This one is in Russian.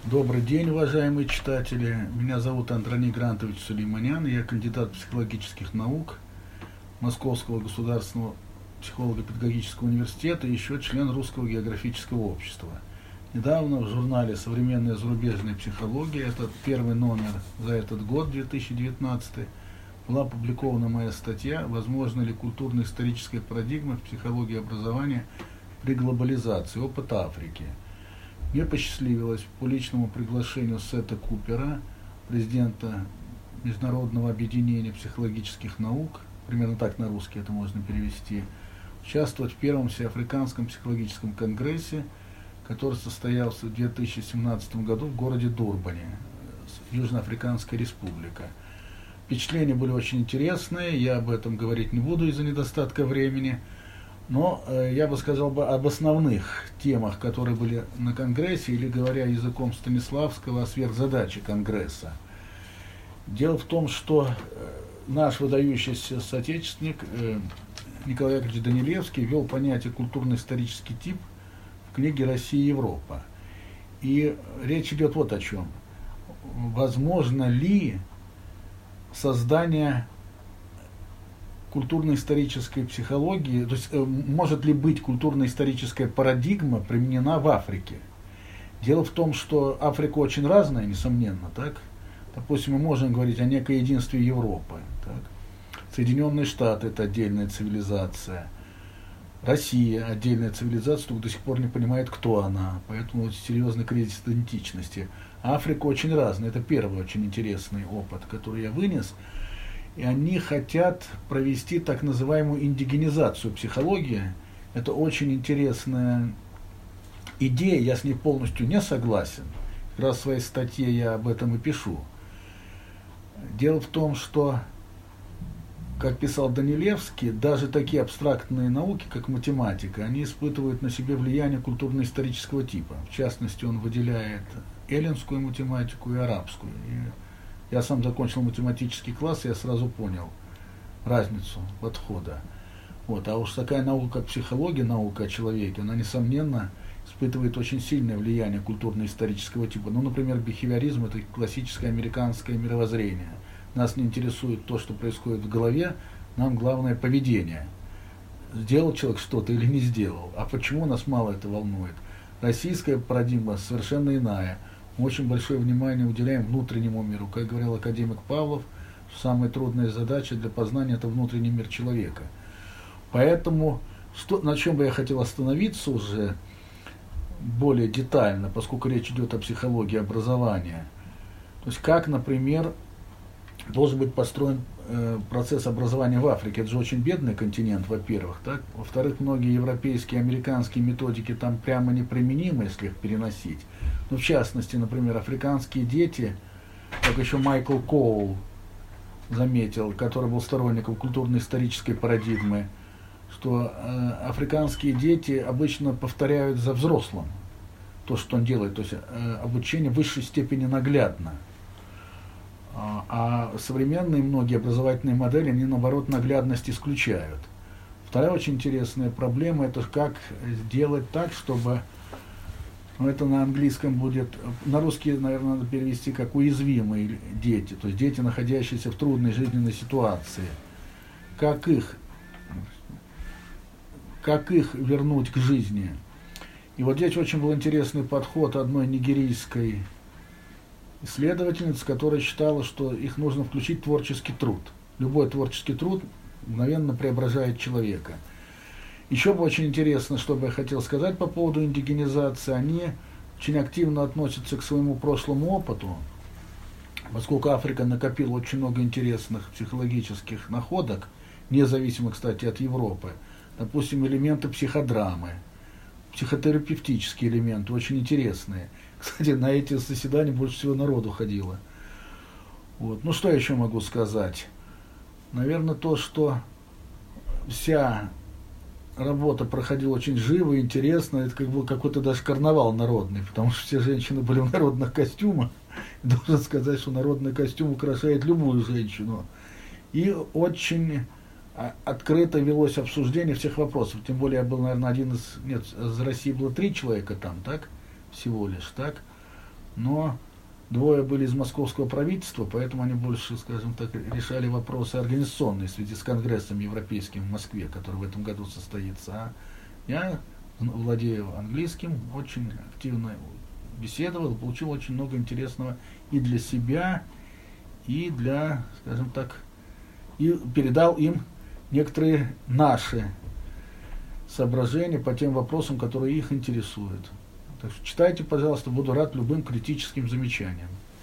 Добрый день, уважаемые читатели. Меня зовут Андроний Грантович Сулейманян. Я кандидат психологических наук Московского государственного психолого-педагогического университета и еще член Русского географического общества. Недавно в журнале «Современная зарубежная психология», это первый номер за этот год, 2019, была опубликована моя статья «Возможно ли культурно-историческая парадигма в психологии образования при глобализации. Опыт Африки». Мне посчастливилось по личному приглашению Сета Купера, президента Международного объединения психологических наук, примерно так на русский это можно перевести, участвовать в первом всеафриканском психологическом конгрессе, который состоялся в 2017 году в городе Дурбане, Южноафриканская республика. Впечатления были очень интересные, я об этом говорить не буду из-за недостатка времени. Но я бы сказал об основных темах, которые были на Конгрессе, или, говоря языком Станиславского, о сверхзадаче Конгресса. Дело в том, что наш выдающийся соотечественник Николай Яковлевич Данилевский ввел понятие культурно-исторический тип в книге «Россия и Европа». И речь идет вот о чем. Возможно ли создание культурно-исторической психологии, то есть может ли быть культурно-историческая парадигма применена в Африке? Дело в том, что Африка очень разная, несомненно, так? Допустим, мы можем говорить о некой единстве Европы, так? Соединенные Штаты – это отдельная цивилизация, Россия – отдельная цивилизация, только до сих пор не понимает, кто она, поэтому серьезный кризис идентичности. Африка очень разная, это первый очень интересный опыт, который я вынес. И они хотят провести так называемую индигенизацию психологии. Это очень интересная идея, я с ней полностью не согласен. Как раз в своей статье я об этом и пишу. Дело в том, что, как писал Данилевский, даже такие абстрактные науки, как математика, они испытывают на себе влияние культурно-исторического типа. В частности, он выделяет эллинскую математику и арабскую. Я сам закончил математический класс, и я сразу понял разницу подхода. Вот. А уж такая наука, как психология, наука о человеке, она, несомненно, испытывает очень сильное влияние культурно-исторического типа. Ну, например, бихевиоризм – это классическое американское мировоззрение. Нас не интересует то, что происходит в голове, нам главное поведение. Сделал человек что-то или не сделал. А почему нас мало это волнует? Российская парадигма совершенно иная. Мы очень большое внимание уделяем внутреннему миру. Как говорил академик Павлов, самая трудная задача для познания – это внутренний мир человека. Поэтому, на чем бы я хотел остановиться уже более детально, поскольку речь идет о психологии образования. То есть, как, например, должен быть построен процесс образования в Африке. Это же очень бедный континент, во-первых. Так? Во-вторых, многие европейские, американские методики там прямо неприменимы, если их переносить. Ну, в частности, например, африканские дети, как еще Майкл Коул заметил, который был сторонником культурно-исторической парадигмы, что африканские дети обычно повторяют за взрослым то, что он делает. То есть обучение в высшей степени наглядно. А современные многие образовательные модели, они, наоборот, наглядность исключают. Вторая очень интересная проблема – это как сделать так, чтобы, ну, это на английском будет, на русский, наверное, надо перевести как уязвимые дети, то есть дети, находящиеся в трудной жизненной ситуации. Как их вернуть к жизни? И вот здесь очень был интересный подход одной нигерийской исследовательница, которая считала, что их нужно включить в творческий труд. Любой творческий труд мгновенно преображает человека. Еще бы очень интересно, что бы я хотел сказать по поводу индигенизации. Они очень активно относятся к своему прошлому опыту, поскольку Африка накопила очень много интересных психологических находок, независимо, кстати, от Европы. Допустим, элементы психодрамы, психотерапевтические элементы, очень интересные. Кстати, на эти заседания больше всего народу ходило. Вот. Ну, что я еще могу сказать? Наверное, то, что вся работа проходила очень живо и интересно. Это как бы какой-то даже карнавал народный, потому что все женщины были в народных костюмах. Должен сказать, что народный костюм украшает любую женщину. И очень открыто велось обсуждение всех вопросов. Тем более я был, наверное, из России было 3 человека там, так? Всего лишь, так? но двое были из московского правительства, поэтому они больше, скажем так, решали вопросы организационные в связи с Конгрессом Европейским в Москве, который в этом году состоится. А я владею английским, очень активно беседовал, получил очень много интересного и для себя, и для, скажем так, и передал им некоторые наши соображения по тем вопросам, которые их интересуют. Так что читайте, пожалуйста, буду рад любым критическим замечаниям.